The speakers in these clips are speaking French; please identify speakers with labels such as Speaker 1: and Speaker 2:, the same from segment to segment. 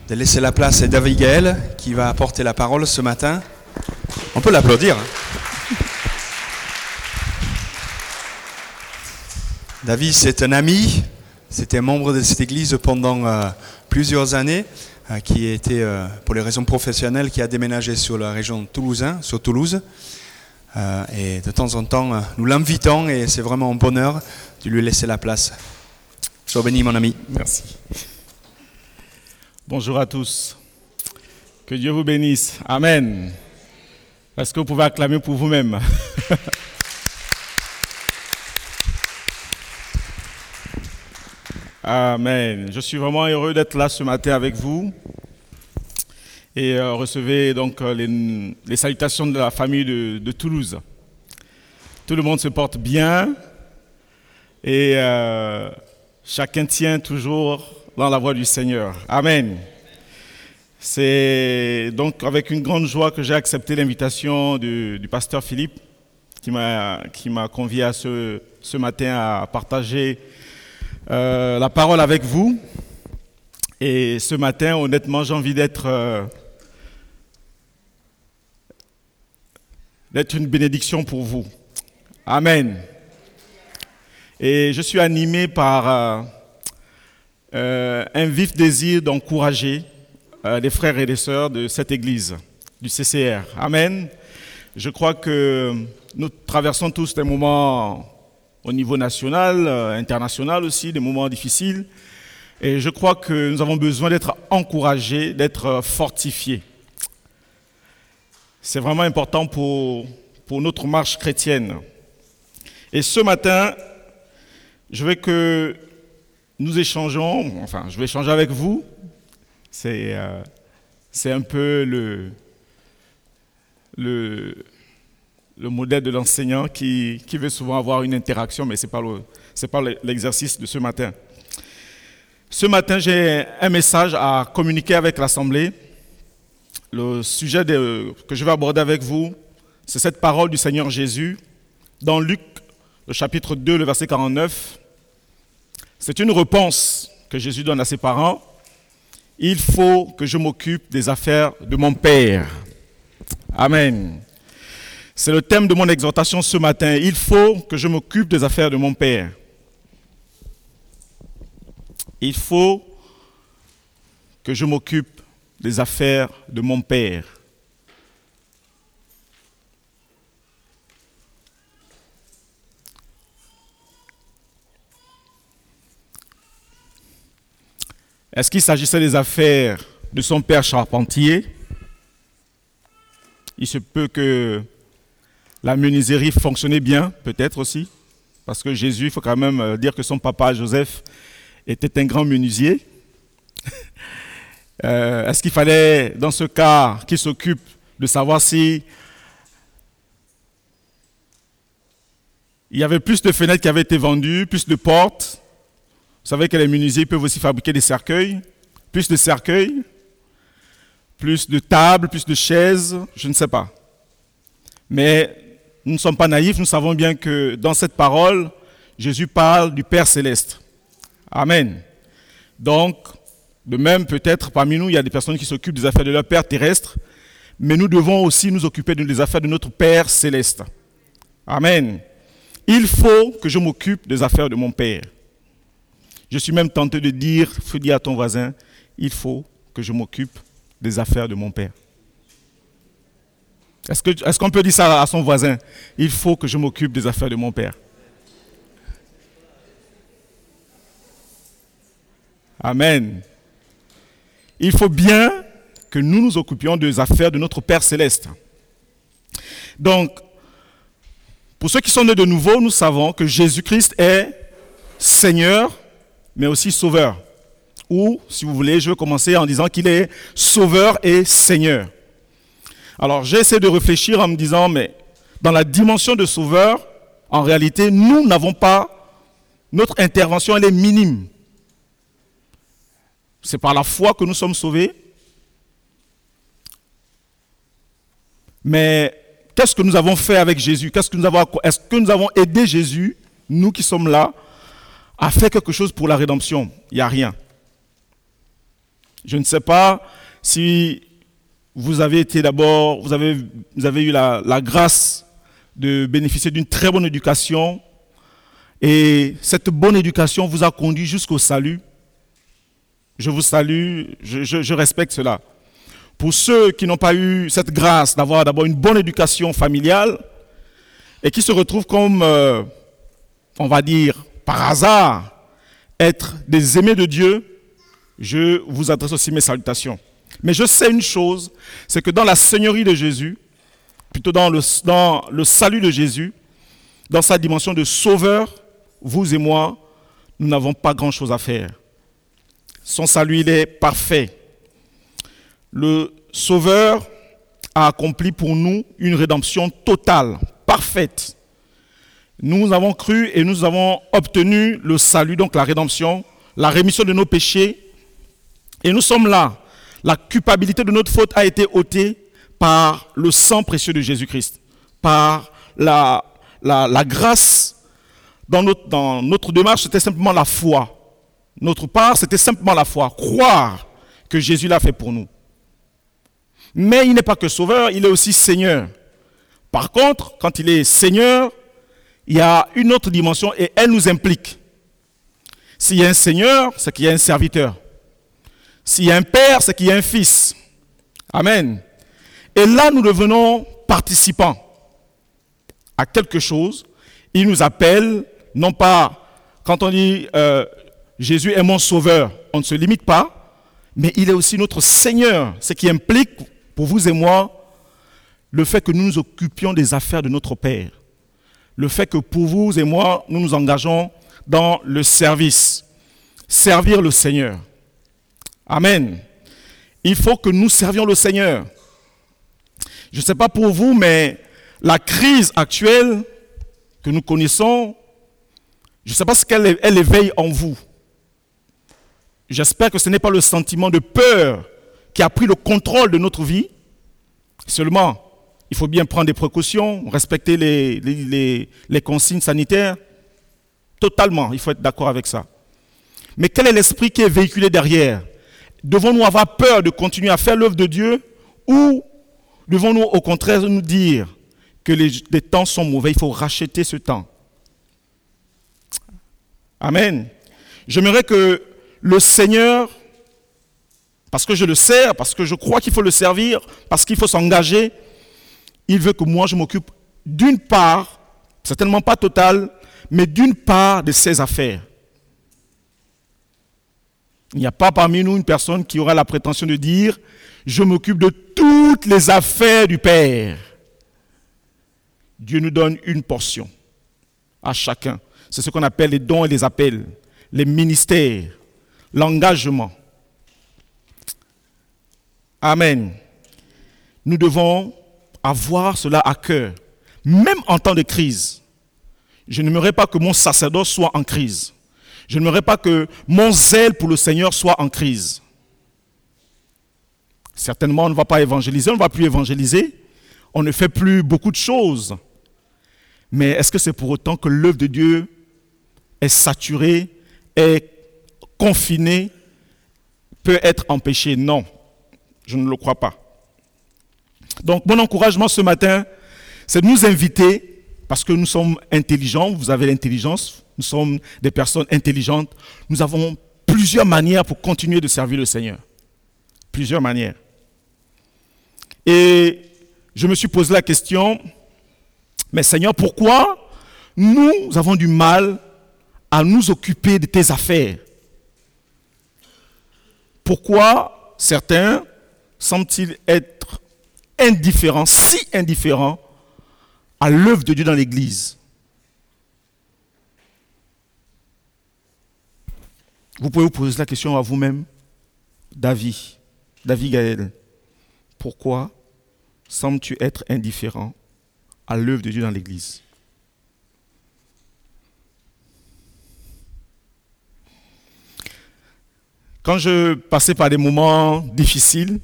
Speaker 1: de laisser la place à David Gaël qui va apporter la parole ce matin. On peut l'applaudir. David, c'est un ami, c'était un membre de cette église pendant plusieurs années, qui était, pour les raisons professionnelles, qui a déménagé sur la région toulousaine, sur Toulouse. Et de temps en temps, nous l'invitons et c'est vraiment un bonheur de lui laisser la place. Sois béni, mon ami.
Speaker 2: Merci. Bonjour à tous. Que Dieu vous bénisse. Amen. Est-ce que vous pouvez acclamer pour vous-même? Amen. Je suis vraiment heureux d'être là ce matin avec vous. Et recevez donc les salutations de la famille de Toulouse. Tout le monde se porte bien et chacun tient toujours dans la voie du Seigneur. Amen. C'est donc avec une grande joie que j'ai accepté l'invitation du pasteur Philippe qui m'a convié à ce matin à partager la parole avec vous. Et ce matin, honnêtement, j'ai envie d'être une bénédiction pour vous. Amen. Et je suis animé par un vif désir d'encourager les frères et les sœurs de cette église, du CCR. Amen. Je crois que nous traversons tous des moments au niveau national, international aussi, des moments difficiles. Et je crois que nous avons besoin d'être encouragés, d'être fortifiés. C'est vraiment important pour notre marche chrétienne. Et ce matin, je veux que nous échangeons, enfin, je vais échanger avec vous. C'est un peu le modèle de l'enseignant qui veut souvent avoir une interaction, mais ce n'est pas l'exercice de ce matin. Ce matin, j'ai un message à communiquer avec l'Assemblée. Le sujet que je vais aborder avec vous, c'est cette parole du Seigneur Jésus dans Luc, le chapitre 2, le verset 49. C'est une réponse que Jésus donne à ses parents. Il faut que je m'occupe des affaires de mon Père. Amen. C'est le thème de mon exhortation ce matin. Il faut que je m'occupe des affaires de mon Père. Il faut que je m'occupe des affaires de mon Père. Est-ce qu'il s'agissait des affaires de son père charpentier? Il se peut que la menuiserie fonctionnait bien, peut-être aussi, parce que Jésus, il faut quand même dire que son papa Joseph était un grand menuisier. Est-ce qu'il fallait, dans ce cas, qu'il s'occupe de savoir si il y avait plus de fenêtres qui avaient été vendues, plus de portes? Vous savez que les menuisiers peuvent aussi fabriquer des cercueils, plus de cercueils, plus de tables, plus de chaises, je ne sais pas. Mais nous ne sommes pas naïfs, nous savons bien que dans cette parole, Jésus parle du Père Céleste. Amen. Donc, de même, peut-être parmi nous, il y a des personnes qui s'occupent des affaires de leur Père terrestre, mais nous devons aussi nous occuper des affaires de notre Père Céleste. Amen. Il faut que je m'occupe des affaires de mon Père. Je suis même tenté de dire, faut dire à ton voisin, il faut que je m'occupe des affaires de mon Père. Est-ce qu'on peut dire ça à son voisin? Il faut que je m'occupe des affaires de mon Père. Amen. Il faut bien que nous nous occupions des affaires de notre Père Céleste. Donc, pour ceux qui sont nés de nouveau, nous savons que Jésus-Christ est Seigneur, mais aussi Sauveur. Ou, si vous voulez, je vais commencer en disant qu'il est Sauveur et Seigneur. Alors, j'ai essayé de réfléchir en me disant, mais dans la dimension de Sauveur, en réalité, nous n'avons pas, notre intervention, elle est minime. C'est par la foi que nous sommes sauvés. Mais qu'est-ce que nous avons fait avec Jésus? Est-ce que nous avons aidé Jésus, nous qui sommes là, à faire quelque chose pour la rédemption? Il n'y a rien. Je ne sais pas si vous avez été d'abord, vous avez eu la grâce de bénéficier d'une très bonne éducation et cette bonne éducation vous a conduit jusqu'au salut. Je vous salue, je respecte cela. Pour ceux qui n'ont pas eu cette grâce d'avoir d'abord une bonne éducation familiale et qui se retrouvent comme, on va dire, par hasard, être des aimés de Dieu, je vous adresse aussi mes salutations. Mais je sais une chose, c'est que dans la Seigneurie de Jésus, plutôt dans le salut de Jésus, dans sa dimension de sauveur, vous et moi, nous n'avons pas grand-chose à faire. Son salut, il est parfait. Le Sauveur a accompli pour nous une rédemption totale, parfaite. Nous avons cru et nous avons obtenu le salut, donc la rédemption, la rémission de nos péchés. Et nous sommes là. La culpabilité de notre faute a été ôtée par le sang précieux de Jésus-Christ, par la grâce. Dans notre démarche, c'était simplement la foi. Notre part, c'était simplement la foi, croire que Jésus l'a fait pour nous. Mais il n'est pas que sauveur, il est aussi Seigneur. Par contre, quand il est Seigneur, il y a une autre dimension et elle nous implique. S'il y a un Seigneur, c'est qu'il y a un serviteur. S'il y a un Père, c'est qu'il y a un Fils. Amen. Et là, nous devenons participants à quelque chose. Il nous appelle, non pas, quand on dit Jésus est mon sauveur, on ne se limite pas, mais il est aussi notre Seigneur, ce qui implique pour vous et moi le fait que nous nous occupions des affaires de notre Père, le fait que pour vous et moi, nous nous engageons dans le service, servir le Seigneur. Amen. Il faut que nous servions le Seigneur. Je ne sais pas pour vous, mais la crise actuelle que nous connaissons, je ne sais pas ce qu'elle éveille en vous. J'espère que ce n'est pas le sentiment de peur qui a pris le contrôle de notre vie. Seulement, il faut bien prendre des précautions, respecter les consignes sanitaires. Totalement, il faut être d'accord avec ça. Mais quel est l'esprit qui est véhiculé derrière? Devons-nous avoir peur de continuer à faire l'œuvre de Dieu ou devons-nous au contraire nous dire que les temps sont mauvais, il faut racheter ce temps? Amen. J'aimerais que le Seigneur, parce que je le sers, parce que je crois qu'il faut le servir, parce qu'il faut s'engager, il veut que moi je m'occupe d'une part, certainement pas totale, mais d'une part de ses affaires. Il n'y a pas parmi nous une personne qui aura la prétention de dire « Je m'occupe de toutes les affaires du Père ». Dieu nous donne une portion à chacun. C'est ce qu'on appelle les dons et les appels, les ministères, l'engagement. Amen. Nous devons avoir cela à cœur, même en temps de crise. Je n'aimerais pas que mon sacerdoce soit en crise. Je n'aimerais pas que mon zèle pour le Seigneur soit en crise. Certainement, on ne va pas évangéliser, on ne va plus évangéliser. On ne fait plus beaucoup de choses. Mais est-ce que c'est pour autant que l'œuvre de Dieu est saturée, est confinée, peut être empêchée? Non, je ne le crois pas. Donc, mon encouragement ce matin, c'est de nous inviter, parce que nous sommes intelligents, vous avez l'intelligence, nous sommes des personnes intelligentes, nous avons plusieurs manières pour continuer de servir le Seigneur. Plusieurs manières. Et je me suis posé la question, mais Seigneur, pourquoi nous avons du mal à nous occuper de tes affaires? Pourquoi certains semblent-ils être indifférents, si indifférents à l'œuvre de Dieu dans l'Église? Vous pouvez vous poser la question à vous-même, David Gaël. Pourquoi sembles-tu être indifférent à l'œuvre de Dieu dans l'Église? Quand je passais par des moments difficiles,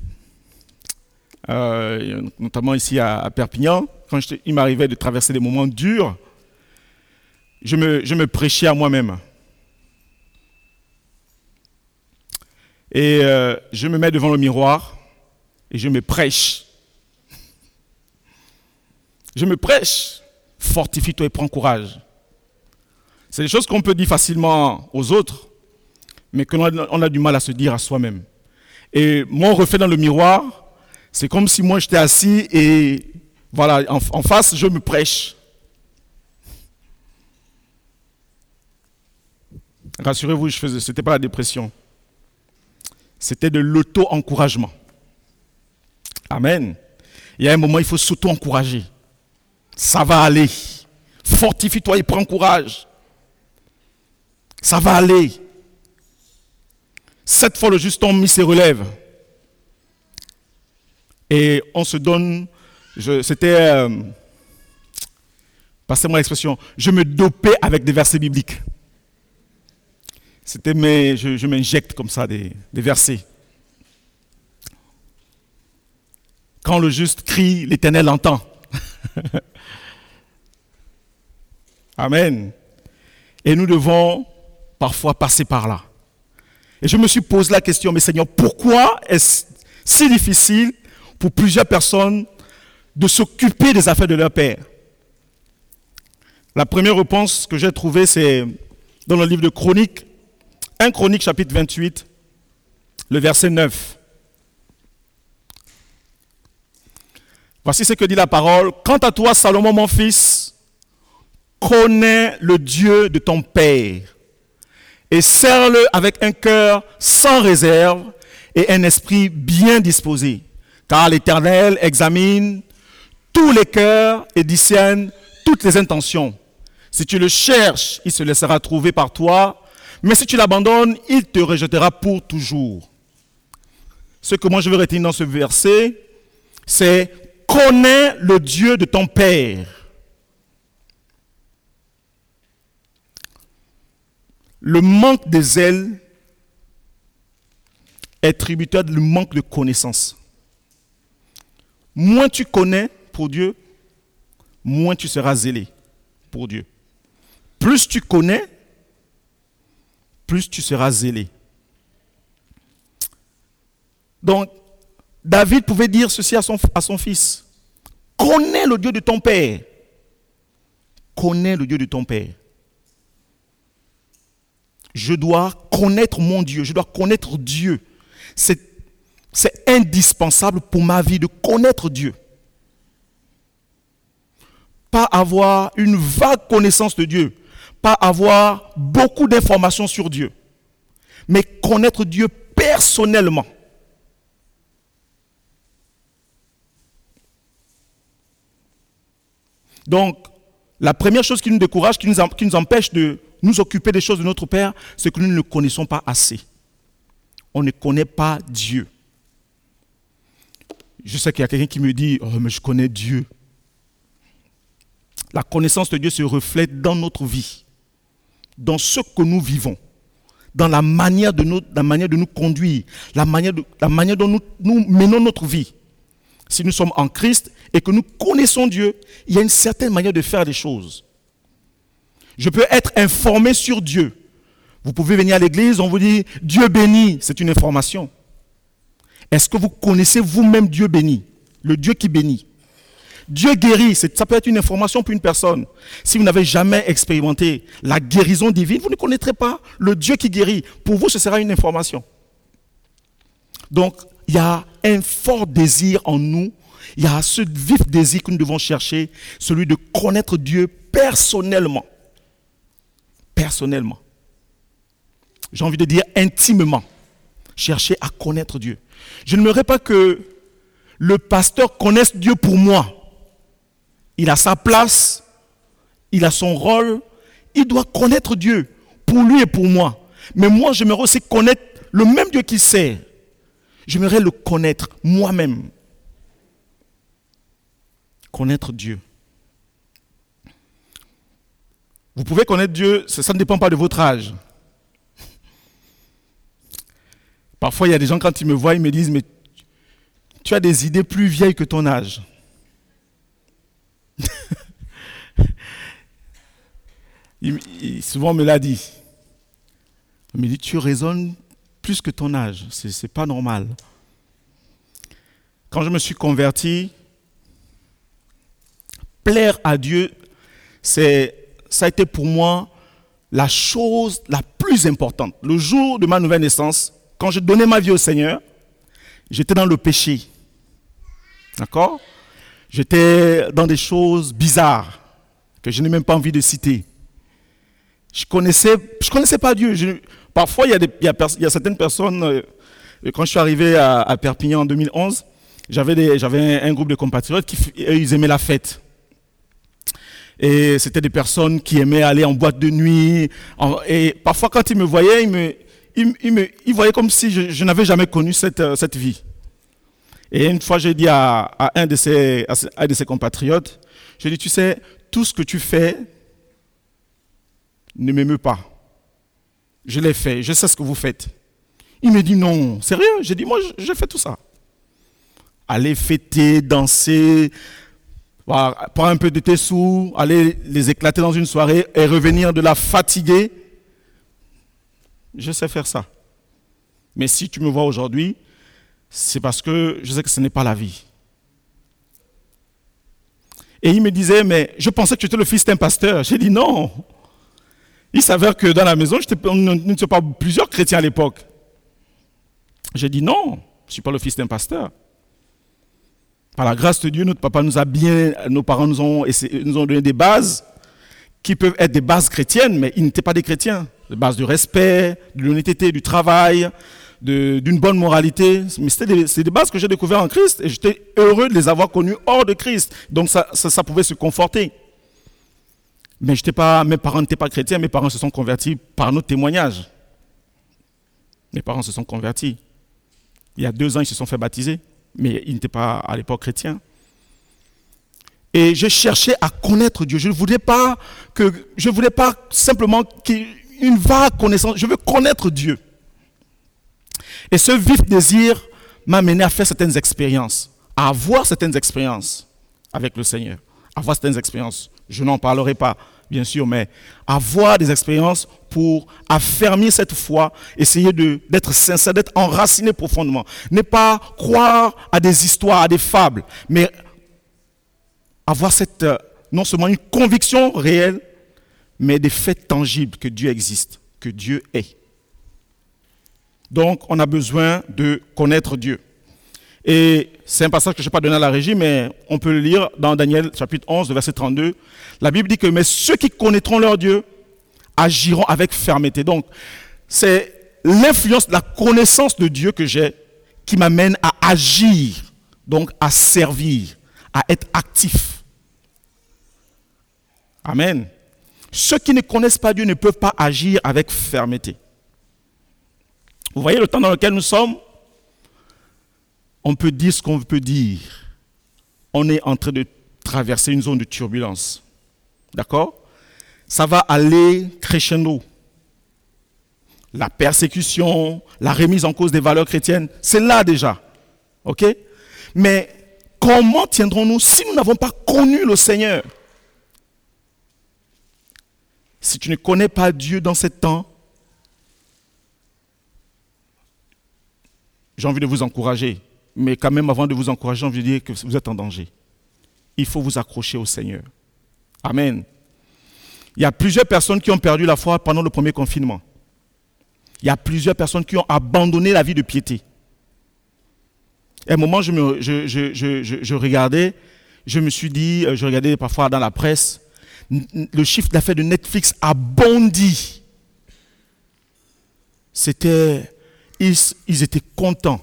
Speaker 2: notamment ici à Perpignan, quand il m'arrivait de traverser des moments durs, je me prêchais à moi-même. Et je me mets devant le miroir et je me prêche. Je me prêche. Fortifie-toi et prends courage. C'est des choses qu'on peut dire facilement aux autres, mais qu'on a du mal à se dire à soi-même. Et mon reflet dans le miroir, c'est comme si moi j'étais assis et voilà, en face, je me prêche. Rassurez-vous, c'était pas la dépression. C'était de l'auto-encouragement. Amen. Il y a un moment, il faut s'auto-encourager. Ça va aller. Fortifie-toi et prends courage. Ça va aller. 7 fois le juste homme, il se relève. Et on se donne, passez-moi l'expression, je me dopais avec des versets bibliques. Je m'injecte comme ça des versets. Quand le juste crie, l'Éternel entend. Amen. Et nous devons parfois passer par là. Et je me suis posé la question, mais Seigneur, pourquoi est-ce si difficile pour plusieurs personnes de s'occuper des affaires de leur Père? La première réponse que j'ai trouvée, c'est dans le livre de Chroniques, 1 Chroniques chapitre 28, le verset 9. Voici ce que dit la parole. Quant à toi, Salomon, mon fils, connais le Dieu de ton Père et sers-le avec un cœur sans réserve et un esprit bien disposé. Car l'Éternel examine tous les cœurs et discerne toutes les intentions. Si tu le cherches, il se laissera trouver par toi, mais si tu l'abandonnes, il te rejettera pour toujours. Ce que moi je veux retenir dans ce verset, c'est « Connais le Dieu de ton Père ». Le manque de zèle est tributaire du manque de connaissance. Moins tu connais pour Dieu, moins tu seras zélé pour Dieu. Plus tu connais, plus tu seras zélé. Donc, David pouvait dire ceci à son fils. Connais le Dieu de ton Père. Connais le Dieu de ton Père. Je dois connaître mon Dieu, je dois connaître Dieu. C'est indispensable pour ma vie de connaître Dieu. Pas avoir une vague connaissance de Dieu, pas avoir beaucoup d'informations sur Dieu, mais connaître Dieu personnellement. Donc, la première chose qui nous décourage, qui nous empêche de nous occuper des choses de notre Père, c'est que nous ne le connaissons pas assez. On ne connaît pas Dieu. Je sais qu'il y a quelqu'un qui me dit « Oh, mais je connais Dieu ». La connaissance de Dieu se reflète dans notre vie, dans ce que nous vivons, dans la manière de nous conduire, la manière dont nous menons notre vie. Si nous sommes en Christ et que nous connaissons Dieu, il y a une certaine manière de faire les choses. Je peux être informé sur Dieu. Vous pouvez venir à l'église, on vous dit « Dieu bénit », c'est une information. Est-ce que vous connaissez vous-même Dieu béni, le Dieu qui bénit? Dieu guérit, ça peut être une information pour une personne. Si vous n'avez jamais expérimenté la guérison divine, vous ne connaîtrez pas le Dieu qui guérit. Pour vous, ce sera une information. Donc, il y a un fort désir en nous, il y a ce vif désir que nous devons chercher, celui de connaître Dieu personnellement. Personnellement. J'ai envie de dire intimement. Chercher à connaître Dieu. Je n'aimerais pas que le pasteur connaisse Dieu pour moi. Il a sa place, il a son rôle, il doit connaître Dieu pour lui et pour moi. Mais moi, j'aimerais aussi connaître le même Dieu qu'il sert. J'aimerais le connaître moi-même. Connaître Dieu. Vous pouvez connaître Dieu, ça ne dépend pas de votre âge. Parfois, il y a des gens, quand ils me voient, ils me disent « Mais tu as des idées plus vieilles que ton âge. » Souvent, on me l'a dit. On me dit « Tu raisonnes plus que ton âge. C'est pas normal. Quand je me suis converti, plaire à Dieu, ça a été pour moi la chose la plus importante. Le jour de ma nouvelle naissance, quand je donnais ma vie au Seigneur, j'étais dans le péché. D'accord? J'étais dans des choses bizarres que je n'ai même pas envie de citer. Je connaissais pas Dieu. Parfois, il y a certaines personnes, quand je suis arrivé à Perpignan en 2011, j'avais un groupe de compatriotes ils aimaient la fête. Et c'était des personnes qui aimaient aller en boîte de nuit. Et parfois, quand ils me voyaient, ils voyaient comme si je n'avais jamais connu cette vie. Et une fois, j'ai dit à un de ses compatriotes, j'ai dit, tu sais, tout ce que tu fais ne m'émeut pas. Je l'ai fait, je sais ce que vous faites. Il me dit, non, sérieux? J'ai dit, moi, je fais tout ça. Aller fêter, danser, prendre un peu de tes sous, aller les éclater dans une soirée et revenir de la fatiguer. Je sais faire ça. Mais si tu me vois aujourd'hui, c'est parce que je sais que ce n'est pas la vie. Et il me disait, mais je pensais que tu étais le fils d'un pasteur. J'ai dit non. Il s'avère que dans la maison, nous ne sommes pas plusieurs chrétiens à l'époque. J'ai dit non, je ne suis pas le fils d'un pasteur. Par la grâce de Dieu, nos parents nous ont donné des bases qui peuvent être des bases chrétiennes, mais ils n'étaient pas des chrétiens. Des bases de respect, de l'honnêteté, du travail, d'une bonne moralité. Mais c'est des bases que j'ai découvertes en Christ et j'étais heureux de les avoir connues hors de Christ. Donc ça pouvait se conforter. Mais mes parents n'étaient pas chrétiens, mes parents se sont convertis par nos témoignages. Mes parents se sont convertis. Il y a 2 ans, ils se sont fait baptiser, mais ils n'étaient pas à l'époque chrétiens. Et je cherchais à connaître Dieu. Je ne voulais pas simplement une vague connaissance. Je veux connaître Dieu. Et ce vif désir m'a mené à faire certaines expériences, à avoir certaines expériences avec le Seigneur. Avoir certaines expériences. Je n'en parlerai pas, bien sûr, mais avoir des expériences pour affermir cette foi, essayer d'être sincère, d'être enraciné profondément. Ne pas croire à des histoires, à des fables, mais avoir non seulement une conviction réelle, mais des faits tangibles que Dieu existe, que Dieu est. Donc, on a besoin de connaître Dieu. Et c'est un passage que je n'ai pas donné à la régie, mais on peut le lire dans Daniel chapitre 11, verset 32. La Bible dit que « Mais ceux qui connaîtront leur Dieu agiront avec fermeté ». Donc, c'est l'influence, la connaissance de Dieu que j'ai qui m'amène à agir, donc à servir, à être actif. Amen. Ceux qui ne connaissent pas Dieu ne peuvent pas agir avec fermeté. Vous voyez le temps dans lequel nous sommes? On peut dire ce qu'on peut dire. On est en train de traverser une zone de turbulence. D'accord? Ça va aller crescendo. La persécution, la remise en cause des valeurs chrétiennes, c'est là déjà. Ok? Mais comment tiendrons-nous si nous n'avons pas connu le Seigneur? Si tu ne connais pas Dieu dans ce temps, j'ai envie de vous encourager. Mais quand même, avant de vous encourager, j'ai envie de dire que vous êtes en danger. Il faut vous accrocher au Seigneur. Amen. Il y a plusieurs personnes qui ont perdu la foi pendant le premier confinement. Il y a plusieurs personnes qui ont abandonné la vie de piété. À un moment, je regardais, je me suis dit, je regardais parfois dans la presse, le chiffre d'affaires de Netflix a bondi. Ils étaient contents.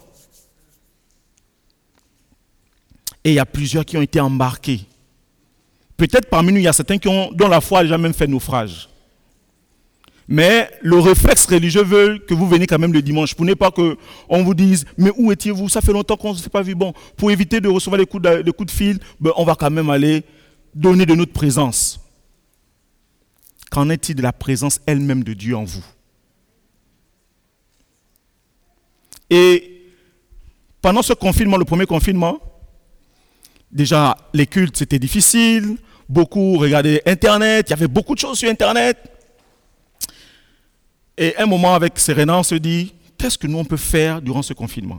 Speaker 2: Et il y a plusieurs qui ont été embarqués. Peut-être parmi nous, il y a certains dont la foi a déjà même fait naufrage. Mais le réflexe religieux veut que vous veniez quand même le dimanche. Pour ne pas qu'on vous dise, mais où étiez-vous? Ça fait longtemps qu'on ne s'est pas vu. Bon, pour éviter de recevoir des coups de fil, on va quand même aller donner de notre présence. Qu'en est-il de la présence elle-même de Dieu en vous? Et pendant ce confinement, le premier confinement, déjà les cultes c'était difficile, beaucoup regardaient Internet, il y avait beaucoup de choses sur Internet. Et un moment avec Serena, on se dit, qu'est-ce que nous on peut faire durant ce confinement?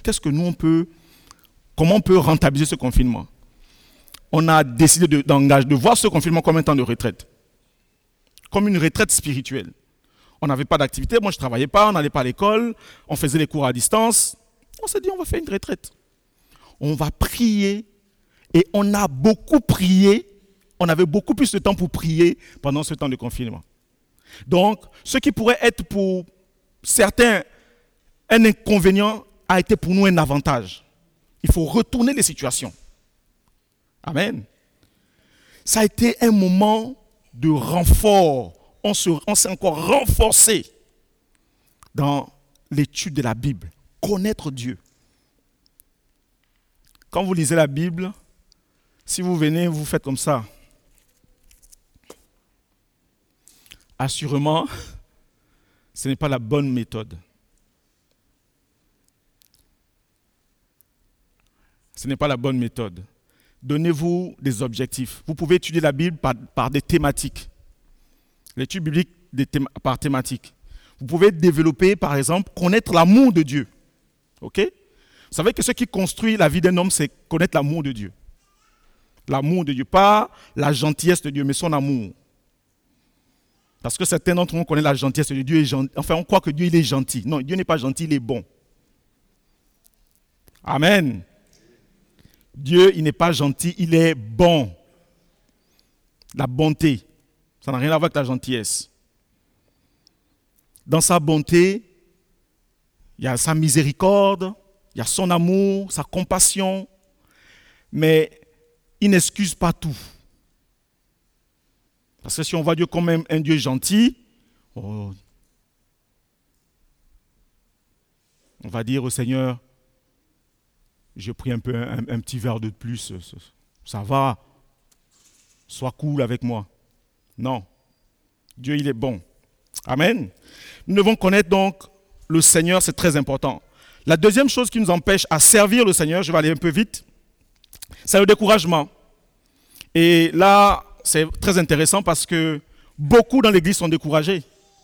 Speaker 2: Comment on peut rentabiliser ce confinement? On a décidé de voir ce confinement comme un temps de retraite, comme une retraite spirituelle. On n'avait pas d'activité, moi je ne travaillais pas, on n'allait pas à l'école, on faisait les cours à distance. On s'est dit on va faire une retraite. On va prier et on a beaucoup prié. On avait beaucoup plus de temps pour prier pendant ce temps de confinement. Donc, ce qui pourrait être pour certains un inconvénient a été pour nous un avantage. Il faut retourner les situations. Amen. Ça a été un moment de renfort. On s'est encore renforcé dans l'étude de la Bible. Connaître Dieu. Quand vous lisez la Bible, si vous venez, vous faites comme ça. Assurément, ce n'est pas la bonne méthode. Ce n'est pas la bonne méthode. Donnez-vous des objectifs. Vous pouvez étudier la Bible par des thématiques. L'étude biblique par thématique. Vous pouvez développer, par exemple, connaître l'amour de Dieu. Ok? Vous savez que ce qui construit la vie d'un homme, c'est connaître l'amour de Dieu. L'amour de Dieu, pas la gentillesse de Dieu, mais son amour. Parce que certains d'entre nous connaissent la gentillesse de Dieu. Enfin, on croit que Dieu il est gentil. Non, Dieu n'est pas gentil, il est bon. Amen. Dieu, il n'est pas gentil, il est bon. La bonté, ça n'a rien à voir avec la gentillesse. Dans sa bonté, il y a sa miséricorde, il y a son amour, sa compassion, mais il n'excuse pas tout. Parce que si on voit Dieu comme un Dieu gentil, on va dire au Seigneur, j'ai pris un petit verre de plus, ça va, sois cool avec moi. Non, Dieu il est bon. Amen. Nous devons connaître donc le Seigneur, c'est très important. La deuxième chose qui nous empêche à servir le Seigneur, je vais aller un peu vite, c'est le découragement. Et là, c'est très intéressant parce que beaucoup dans l'église sont découragés.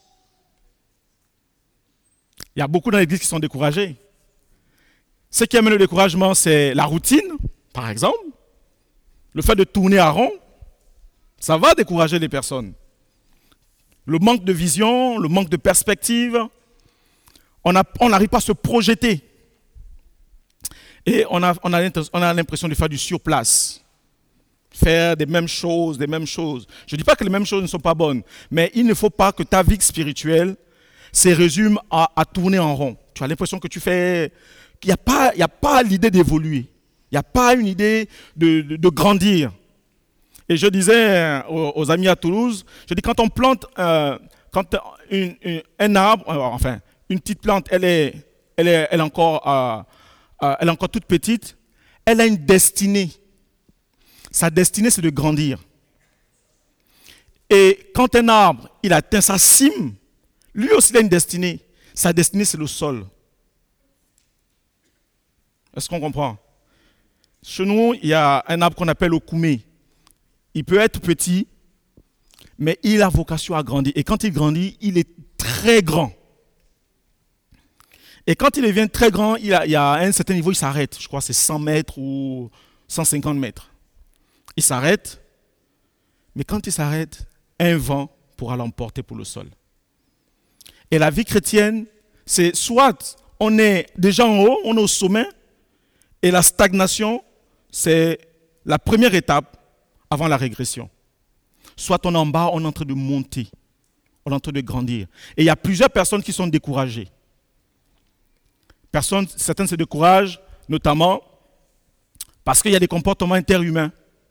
Speaker 2: Il y a beaucoup dans l'église qui sont découragés. Ce qui amène le découragement, c'est la routine, par exemple. Le fait de tourner à rond, ça va décourager les personnes. Le manque de vision, le manque de perspective, on n'arrive pas à se projeter. Et on a l'impression de faire du surplace. Faire des mêmes choses. Je ne dis pas que les mêmes choses ne sont pas bonnes, mais il ne faut pas que ta vie spirituelle se résume à tourner en rond. Tu as l'impression que tu fais... Il n'y a pas l'idée d'évoluer. Il n'y a pas une idée de grandir. Et je disais aux amis à Toulouse, je dis quand on plante un arbre, enfin une petite plante, elle est encore toute petite, elle a une destinée. Sa destinée, c'est de grandir. Et quand un arbre, il atteint sa cime, lui aussi il a une destinée. Sa destinée, c'est le sol. Est-ce qu'on comprend? Chez nous, il y a un arbre qu'on appelle le koumé. Il peut être petit, mais il a vocation à grandir. Et quand il grandit, il est très grand. Et quand il devient très grand, il y a à un certain niveau, il s'arrête. Je crois que c'est 100 mètres ou 150 mètres. Il s'arrête, mais quand il s'arrête, un vent pourra l'emporter pour le sol. Et la vie chrétienne, c'est soit on est déjà en haut, on est au sommet, et la stagnation, c'est la première étape avant la régression. Soit on est en bas, on est en train de monter, on est en train de grandir. Et il y a plusieurs personnes qui sont découragées. Certaines se découragent, notamment parce qu'il y a des comportements interhumains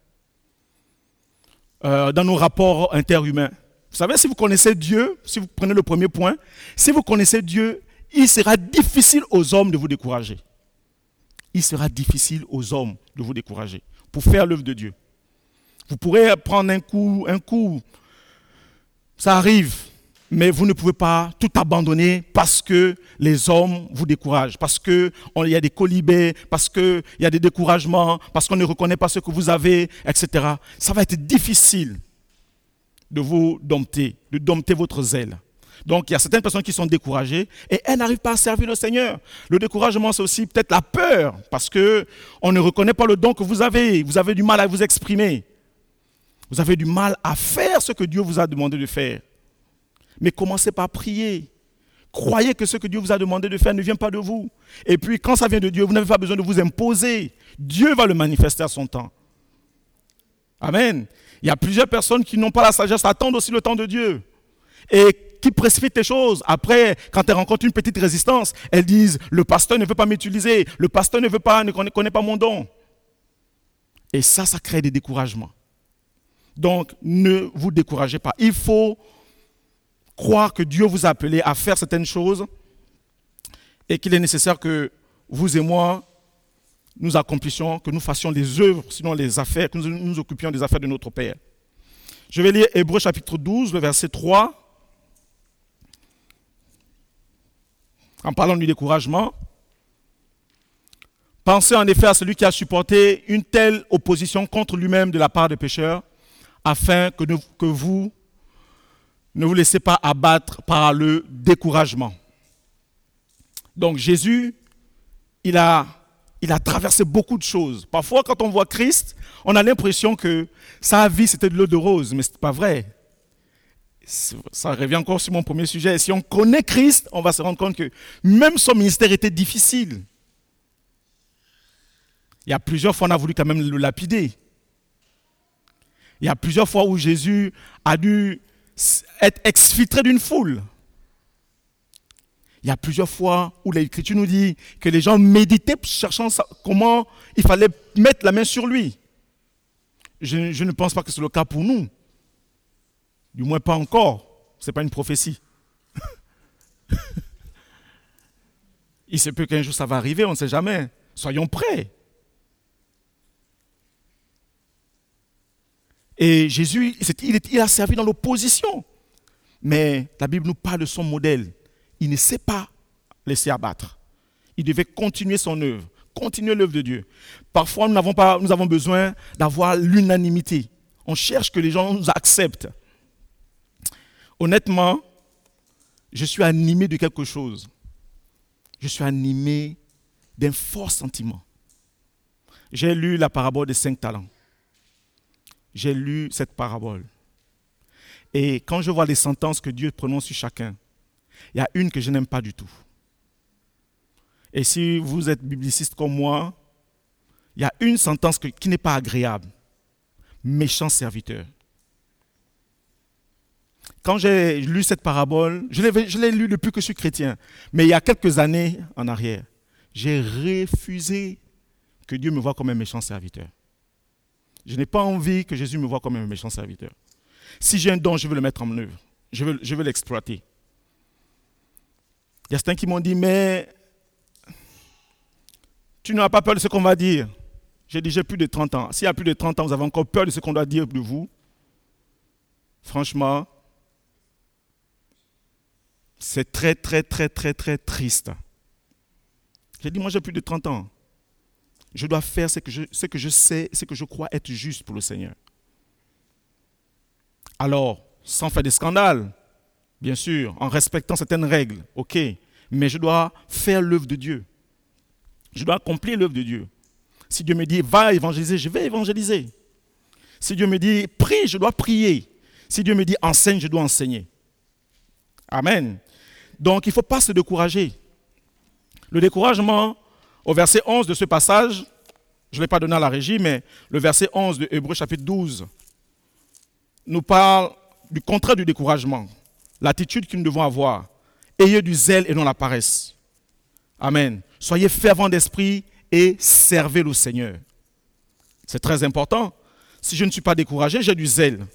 Speaker 2: dans nos rapports interhumains. Vous savez, si vous connaissez Dieu, si vous prenez le premier point, si vous connaissez Dieu, il sera difficile aux hommes de vous décourager. Il sera difficile aux hommes de vous décourager pour faire l'œuvre de Dieu. Vous pourrez prendre un coup, ça arrive, mais vous ne pouvez pas tout abandonner parce que les hommes vous découragent, parce qu'il y a des colibés, parce qu'il y a des découragements, parce qu'on ne reconnaît pas ce que vous avez, etc. Ça va être difficile de vous dompter, de dompter votre zèle. Donc, il y a certaines personnes qui sont découragées et elles n'arrivent pas à servir le Seigneur. Le découragement, c'est aussi peut-être la peur parce qu'on ne reconnaît pas le don que vous avez. Vous avez du mal à vous exprimer. Vous avez du mal à faire ce que Dieu vous a demandé de faire. Mais commencez par prier. Croyez que ce que Dieu vous a demandé de faire ne vient pas de vous. Et puis, quand ça vient de Dieu, vous n'avez pas besoin de vous imposer. Dieu va le manifester à son temps. Amen. Il y a plusieurs personnes qui n'ont pas la sagesse, attendent aussi le temps de Dieu. Et qui précipitent les choses. Après, quand elles rencontrent une petite résistance, elles disent, le pasteur ne veut pas m'utiliser, le pasteur ne connaît pas mon don. Et ça crée des découragements. Donc, ne vous découragez pas. Il faut croire que Dieu vous a appelé à faire certaines choses et qu'il est nécessaire que vous et moi, nous accomplissions, que nous fassions les œuvres, sinon les affaires, que nous nous occupions des affaires de notre Père. Je vais lire Hébreux chapitre 12, le verset 3. En parlant du découragement. Pensez en effet à celui qui a supporté une telle opposition contre lui-même de la part des pécheurs, afin que vous ne vous laissez pas abattre par le découragement. Donc Jésus, il a traversé beaucoup de choses. Parfois, quand on voit Christ, on a l'impression que sa vie, c'était de l'eau de rose, mais ce n'est pas vrai. Ça revient encore sur mon premier sujet. Si on connaît Christ, on va se rendre compte que même son ministère était difficile. Il y a plusieurs fois, on a voulu quand même le lapider. Il y a plusieurs fois où Jésus a dû être exfiltré d'une foule. Il y a plusieurs fois où l'Écriture nous dit que les gens méditaient cherchant comment il fallait mettre la main sur lui. Je ne pense pas que c'est le cas pour nous. Du moins pas encore. Ce n'est pas une prophétie. Il se peut qu'un jour ça va arriver, on ne sait jamais. Soyons prêts. Et Jésus, il a servi dans l'opposition. Mais la Bible nous parle de son modèle. Il ne s'est pas laissé abattre. Il devait continuer son œuvre, continuer l'œuvre de Dieu. Parfois, nous avons besoin d'avoir l'unanimité. On cherche que les gens nous acceptent. Honnêtement, je suis animé de quelque chose. Je suis animé d'un fort sentiment. J'ai lu la parabole des 5 talents. J'ai lu cette parabole. Et quand je vois les sentences que Dieu prononce sur chacun, il y a une que je n'aime pas du tout. Et si vous êtes bibliciste comme moi, il y a une sentence qui n'est pas agréable. Méchant serviteur. Quand j'ai lu cette parabole, je l'ai lu depuis que je suis chrétien, mais il y a quelques années en arrière, j'ai refusé que Dieu me voie comme un méchant serviteur. Je n'ai pas envie que Jésus me voie comme un méchant serviteur. Si j'ai un don, je veux le mettre en œuvre. Je veux l'exploiter. Il y a certains qui m'ont dit, mais tu n'as pas peur de ce qu'on va dire. J'ai dit, j'ai plus de 30 ans. S'il y a plus de 30 ans, vous avez encore peur de ce qu'on doit dire de vous. Franchement, c'est très, très, très, très, très triste. J'ai dit, moi j'ai plus de 30 ans. Je dois faire ce que je sais, ce que je crois être juste pour le Seigneur. Alors, sans faire des scandales, bien sûr, en respectant certaines règles, ok, mais je dois faire l'œuvre de Dieu. Je dois accomplir l'œuvre de Dieu. Si Dieu me dit, va évangéliser, je vais évangéliser. Si Dieu me dit, prie, je dois prier. Si Dieu me dit, enseigne, je dois enseigner. Amen. Donc, il ne faut pas se décourager. Le découragement, au verset 11 de ce passage, je ne l'ai pas donné à la régie, mais le verset 11 de Hébreux chapitre 12 nous parle du contraire du découragement, l'attitude que nous devons avoir. Ayez du zèle et non la paresse. Amen. Soyez fervents d'esprit et servez le Seigneur. C'est très important. Si je ne suis pas découragé, j'ai du zèle.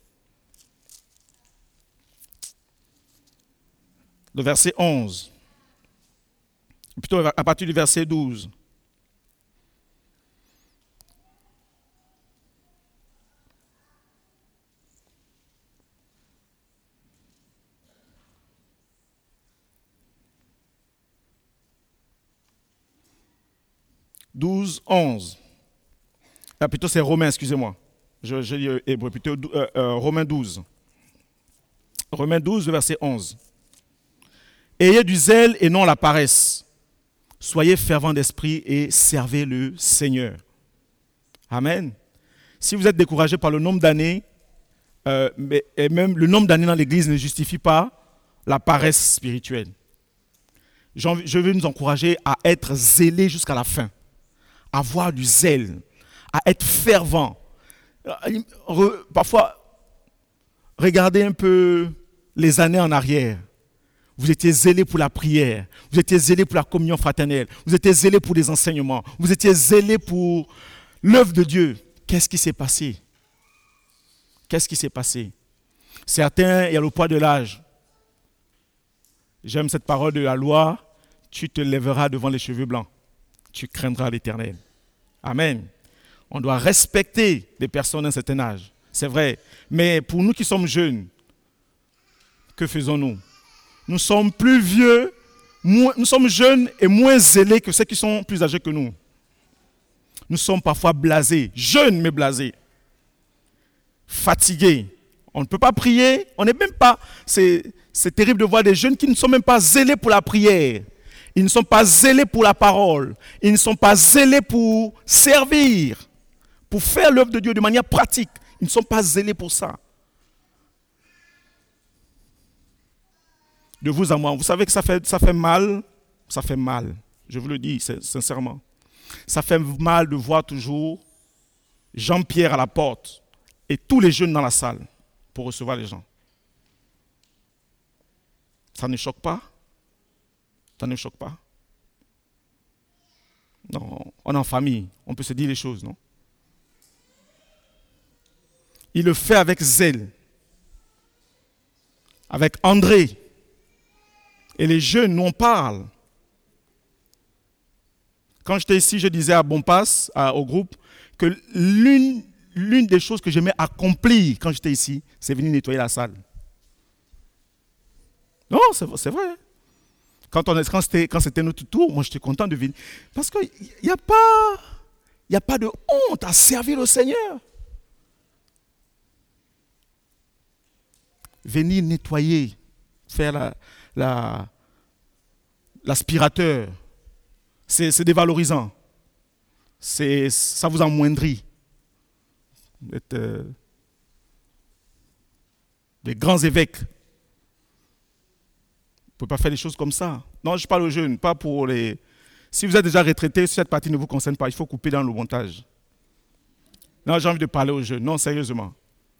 Speaker 2: Le verset 11. Plutôt à partir du verset 12. Plutôt c'est Romains, excusez-moi. Je lis Hébreux, plutôt Romains 12. Romains 12, verset 11. Ayez du zèle et non la paresse. Soyez fervents d'esprit et servez le Seigneur. Amen. Si vous êtes découragé par le nombre d'années, et même le nombre d'années dans l'Église ne justifie pas la paresse spirituelle. Je veux nous encourager à être zélés jusqu'à la fin, à avoir du zèle, à être fervent. Parfois, regardez un peu les années en arrière. Vous étiez zélés pour la prière, vous étiez zélés pour la communion fraternelle, vous étiez zélés pour les enseignements, vous étiez zélés pour l'œuvre de Dieu. Qu'est-ce qui s'est passé? Qu'est-ce qui s'est passé? Certains, il y a le poids de l'âge. J'aime cette parole de la loi. Tu te lèveras devant les cheveux blancs. Tu craindras l'Éternel. Amen. On doit respecter les personnes d'un certain âge. C'est vrai. Mais pour nous qui sommes jeunes, que faisons-nous? Nous sommes plus vieux, nous sommes jeunes et moins zélés que ceux qui sont plus âgés que nous. Nous sommes parfois blasés, jeunes mais blasés. Fatigués. On ne peut pas prier, on n'est même pas... C'est terrible de voir des jeunes qui ne sont même pas zélés pour la prière. Ils ne sont pas zélés pour la parole. Ils ne sont pas zélés pour servir, pour faire l'œuvre de Dieu de manière pratique. Ils ne sont pas zélés pour ça. De vous à moi, vous savez que ça fait mal. Ça fait mal, je vous le dis sincèrement. Ça fait mal de voir toujours Jean-Pierre à la porte et tous les jeunes dans la salle pour recevoir les gens. Ça ne choque pas? Ça ne choque pas? Non, on est en famille, on peut se dire les choses, non? Il le fait avec zèle, avec André. Et les jeunes, nous on parle. Quand j'étais ici, je disais à Bonpass, au groupe, que l'une des choses que j'aimais accomplir quand j'étais ici, c'est venir nettoyer la salle. Non, c'est vrai. Quand c'était notre tour, moi j'étais content de venir. Parce qu'il n'y a pas de honte à servir le Seigneur. Venir nettoyer, faire l'aspirateur, c'est dévalorisant. Ça vous amoindrit. Vous êtes des grands évêques. Vous ne pouvez pas faire des choses comme ça. Non, je parle aux jeunes, pas pour les... Si vous êtes déjà retraité, si cette partie ne vous concerne pas, il faut couper dans le montage. Non, j'ai envie de parler aux jeunes. Non, sérieusement.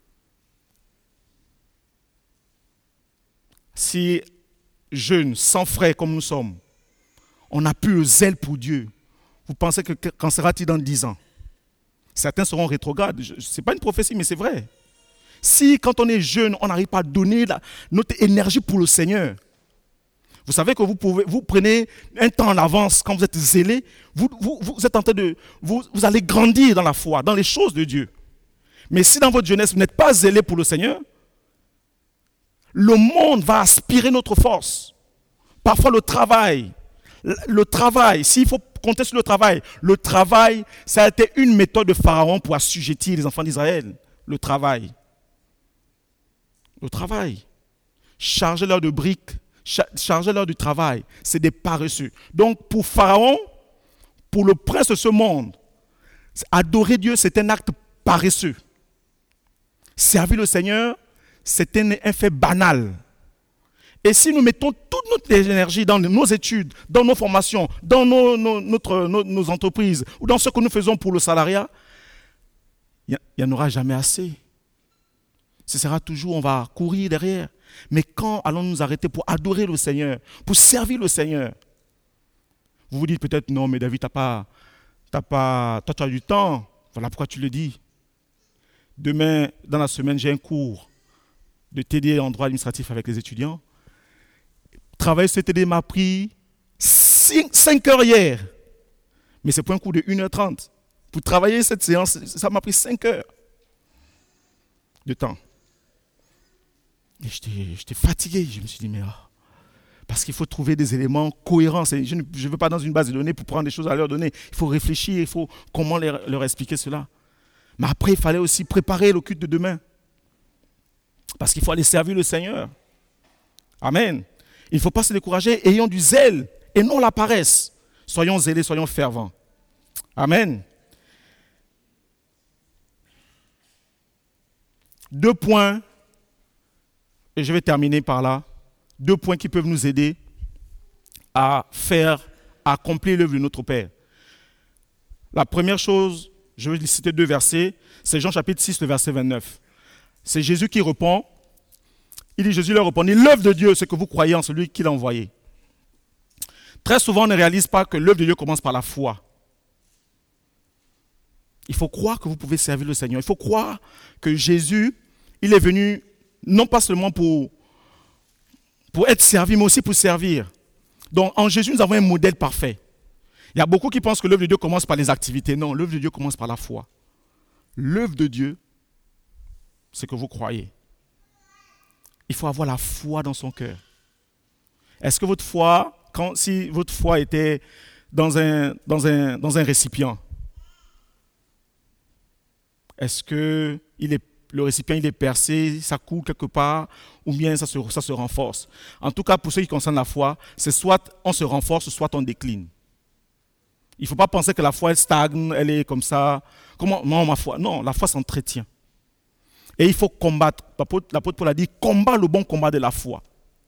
Speaker 2: Si jeunes, sans frais comme nous sommes, on n'a plus le zèle pour Dieu, vous pensez que qu'en sera-t-il dans 10 ans? Certains seront rétrogrades. Ce n'est pas une prophétie, mais c'est vrai. Si, quand on est jeune, on n'arrive pas à donner notre énergie pour le Seigneur, vous savez que vous prenez un temps en avance quand vous êtes zélé, vous êtes en train de... Vous allez grandir dans la foi, dans les choses de Dieu. Mais si dans votre jeunesse, vous n'êtes pas zélé pour le Seigneur, le monde va aspirer notre force. Parfois le travail, s'il faut compter sur le travail, ça a été une méthode de Pharaon pour assujettir les enfants d'Israël. Le travail. Chargez-leur de briques, chargez-leur du travail. C'est des paresseux. Donc pour Pharaon, pour le prince de ce monde, adorer Dieu, c'est un acte paresseux. Servir le Seigneur, c'est un fait banal. Et si nous mettons toute notre énergie dans nos études, dans nos formations, dans nos entreprises, ou dans ce que nous faisons pour le salariat, il n'y en aura jamais assez. Ce sera toujours, on va courir derrière. Mais quand allons-nous nous arrêter pour adorer le Seigneur, pour servir le Seigneur? Vous vous dites peut-être, non, mais David, toi tu as du temps. Voilà pourquoi tu le dis. Demain, dans la semaine, j'ai un cours de TD en droit administratif avec les étudiants. Travailler ce TD m'a pris 5 heures hier. Mais c'est pour un cours de 1h30. Pour travailler cette séance, ça m'a pris 5 heures de temps. Et j'étais fatigué. Je me suis dit, mais parce qu'il faut trouver des éléments cohérents. Je ne veux pas dans une base de données pour prendre des choses à leur donner. Il faut réfléchir, il faut comment leur expliquer cela. Mais après, il fallait aussi préparer le culte de demain. Parce qu'il faut aller servir le Seigneur. Amen. Il ne faut pas se décourager, ayons du zèle et non la paresse. Soyons zélés, soyons fervents. Amen. 2 points, et je vais terminer par là. 2 points qui peuvent nous aider à accomplir l'œuvre de notre Père. La première chose, je vais citer 2 versets, c'est Jean chapitre 6, le verset 29. C'est Jésus qui répond. Jésus leur répondit, l'œuvre de Dieu, c'est que vous croyez en celui qui l'a envoyé. Très souvent, on ne réalise pas que l'œuvre de Dieu commence par la foi. Il faut croire que vous pouvez servir le Seigneur. Il faut croire que Jésus, il est venu non pas seulement pour être servi, mais aussi pour servir. Donc, en Jésus, nous avons un modèle parfait. Il y a beaucoup qui pensent que l'œuvre de Dieu commence par les activités. Non, l'œuvre de Dieu commence par la foi. L'œuvre de Dieu, c'est que vous croyez. Il faut avoir la foi dans son cœur. Est-ce que votre foi, si votre foi était dans un récipient, est-ce que le récipient il est percé, ça coule quelque part, ou bien ça se renforce? En tout cas, pour ce qui concerne la foi, c'est soit on se renforce, soit on décline. Il ne faut pas penser que la foi elle stagne, elle est comme ça. Comment? Non, ma foi. Non, la foi s'entretient. Et il faut combattre. L'apôtre Paul a dit, combat le bon combat de la foi.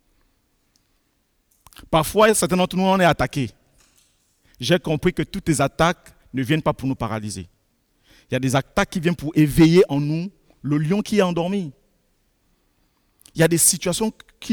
Speaker 2: Parfois, certains d'entre nous, on est attaqués. J'ai compris que toutes les attaques ne viennent pas pour nous paralyser. Il y a des attaques qui viennent pour éveiller en nous le lion qui est endormi. Il y a des situations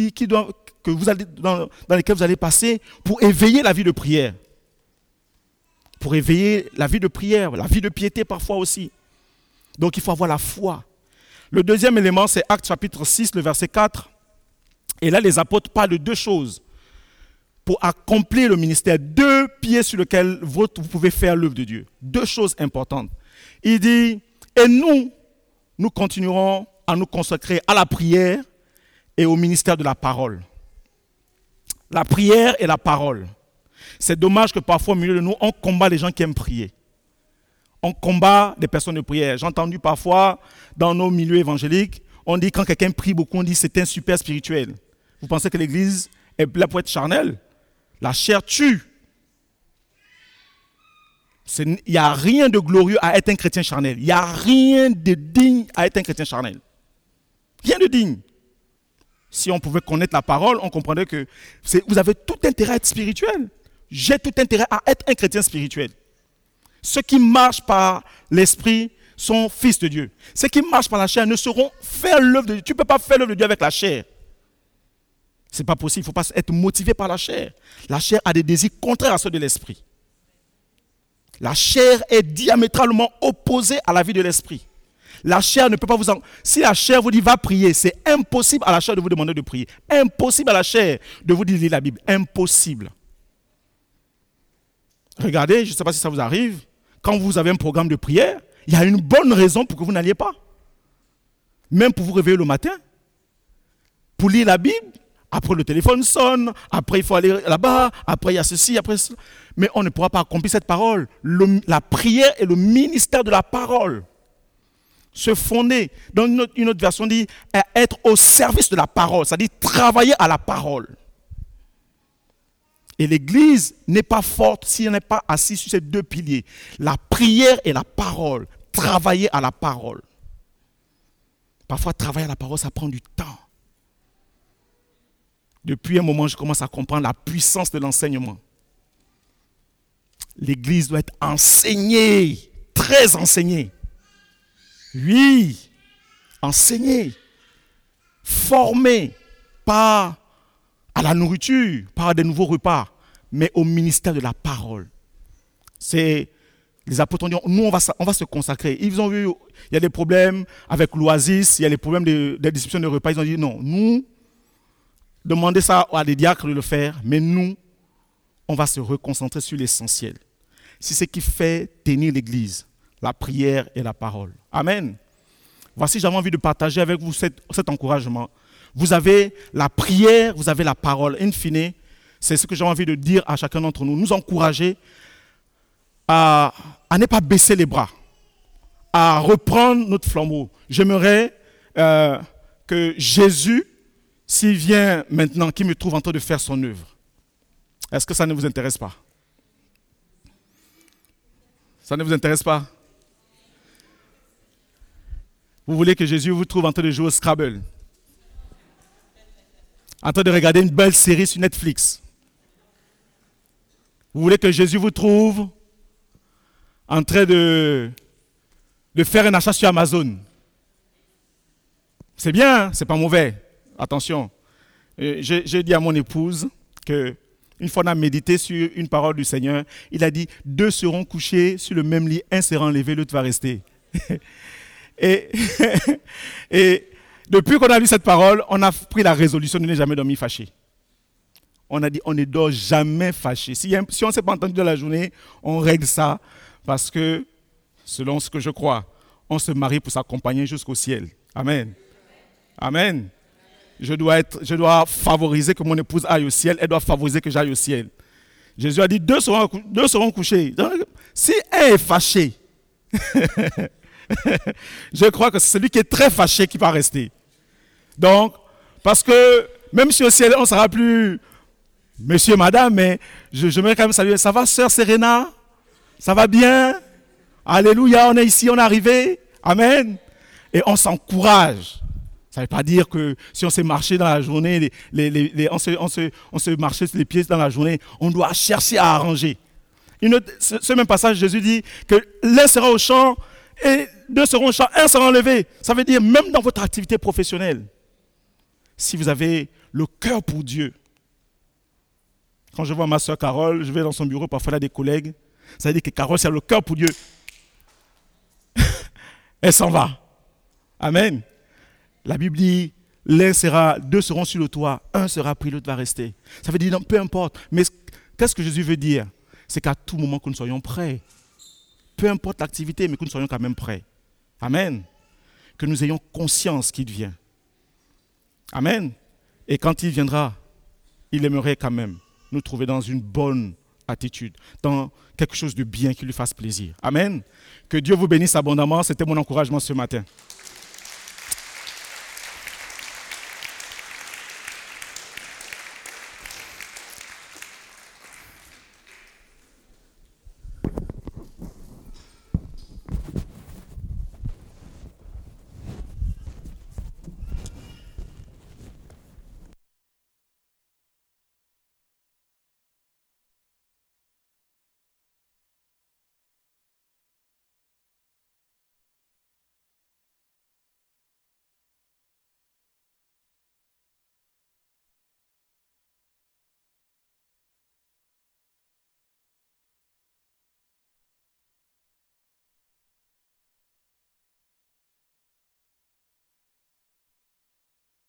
Speaker 2: dans lesquelles vous allez passer pour éveiller la vie de prière. Pour éveiller la vie de prière, la vie de piété parfois aussi. Donc il faut avoir la foi. Le deuxième élément, c'est Actes chapitre 6, le verset 4. Et là, les apôtres parlent de 2 choses. Pour accomplir le ministère, 2 pieds sur lesquels vous pouvez faire l'œuvre de Dieu. 2 choses importantes. Il dit, et nous continuerons à nous consacrer à la prière et au ministère de la parole. La prière et la parole. C'est dommage que parfois au milieu de nous, on combat les gens qui aiment prier. On combat des personnes de prière. J'ai entendu parfois dans nos milieux évangéliques, on dit quand quelqu'un prie beaucoup, on dit c'est un super spirituel. Vous pensez que l'église est là pour être charnelle? La chair tue. Il n'y a rien de glorieux à être un chrétien charnel. Il n'y a rien de digne à être un chrétien charnel. Rien de digne. Si on pouvait connaître la parole, on comprendrait que vous avez tout intérêt à être spirituel. J'ai tout intérêt à être un chrétien spirituel. Ceux qui marchent par l'esprit sont fils de Dieu. Ceux qui marchent par la chair ne sauront faire l'œuvre de Dieu. Tu ne peux pas faire l'œuvre de Dieu avec la chair. Ce n'est pas possible. Il ne faut pas être motivé par la chair. La chair a des désirs contraires à ceux de l'esprit. La chair est diamétralement opposée à la vie de l'esprit. La chair ne peut pas Si la chair vous dit va prier, c'est impossible à la chair de vous demander de prier. Impossible à la chair de vous dire de lire la Bible. Impossible. Regardez, je ne sais pas si ça vous arrive, quand vous avez un programme de prière, il y a une bonne raison pour que vous n'alliez pas. Même pour vous réveiller le matin, pour lire la Bible, après le téléphone sonne, après il faut aller là-bas, après il y a ceci, après cela. Mais on ne pourra pas accomplir cette parole. La prière est le ministère de la parole. Se fonder, dans une autre version dit, être au service de la parole, c'est-à-dire travailler à la parole. Et l'Église n'est pas forte si elle n'est pas assise sur ces 2 piliers. La prière et la parole. Travailler à la parole. Parfois, travailler à la parole, ça prend du temps. Depuis un moment, je commence à comprendre la puissance de l'enseignement. L'Église doit être enseignée, très enseignée. Oui, enseignée, formée, pas à la nourriture, pas à des nouveaux repas, mais au ministère de la parole. Les apôtres ont dit, nous on va se consacrer. Ils ont vu, il y a des problèmes avec l'oasis, il y a des problèmes de distribution de repas. Ils ont dit, non, nous, demandez ça à des diacres de le faire, mais nous, on va se reconcentrer sur l'essentiel. C'est ce qui fait tenir l'Église, la prière et la parole. Amen. Voici, j'avais envie de partager avec vous cet encouragement. Vous avez la prière, vous avez la parole. In fine, c'est ce que j'ai envie de dire à chacun d'entre nous. Nous encourager à ne pas baisser les bras, à reprendre notre flambeau. J'aimerais que Jésus s'il vient maintenant, qu'il me trouve en train de faire son œuvre, est-ce que ça ne vous intéresse pas? Ça ne vous intéresse pas? Vous voulez que Jésus vous trouve en train de jouer au Scrabble? En train de regarder une belle série sur Netflix? Vous voulez que Jésus vous trouve en train de faire un achat sur Amazon? C'est bien, hein? C'est pas mauvais. Attention. J'ai dit à mon épouse que une fois on a médité sur une parole du Seigneur, il a dit, 2 seront couchés sur le même lit, un sera enlevé, l'autre va rester. et depuis qu'on a lu cette parole, on a pris la résolution de ne jamais dormir fâché. On a dit, on ne dort jamais fâché. Si on ne s'est pas entendu dans la journée, on règle ça parce que, selon ce que je crois, on se marie pour s'accompagner jusqu'au ciel. Amen. Amen. Je dois favoriser que mon épouse aille au ciel, elle doit favoriser que j'aille au ciel. Jésus a dit, 2 seront couchés. Donc, si un est fâché, je crois que c'est celui qui est très fâché qui va rester. Donc, parce que même si au ciel, on ne sera plus monsieur, madame, mais j'aimerais quand même saluer. Ça va, sœur Serena? Ça va bien? Alléluia, on est ici, on est arrivé. Amen. Et on s'encourage. Ça ne veut pas dire que si on s'est marché dans la journée, on se marchait sur les pieds dans la journée, on doit chercher à arranger. Ce même passage, Jésus dit que l'un sera au champ et 2 seront au champ, 1 sera enlevé. Ça veut dire même dans votre activité professionnelle, si vous avez le cœur pour Dieu. Quand je vois ma soeur Carole, je vais dans son bureau, parfois elle a des collègues, ça veut dire que Carole, c'est le cœur pour Dieu. Elle s'en va. Amen. La Bible dit, 2 seront sur le toit, 1 sera pris, l'autre va rester. Ça veut dire, non, peu importe. Mais qu'est-ce que Jésus veut dire? C'est qu'à tout moment que nous soyons prêts. Peu importe l'activité, mais que nous soyons quand même prêts. Amen. Que nous ayons conscience qu'il vient. Amen. Et quand il viendra, il aimerait quand même nous trouver dans une bonne attitude, dans quelque chose de bien qui lui fasse plaisir. Amen. Que Dieu vous bénisse abondamment. C'était mon encouragement ce matin.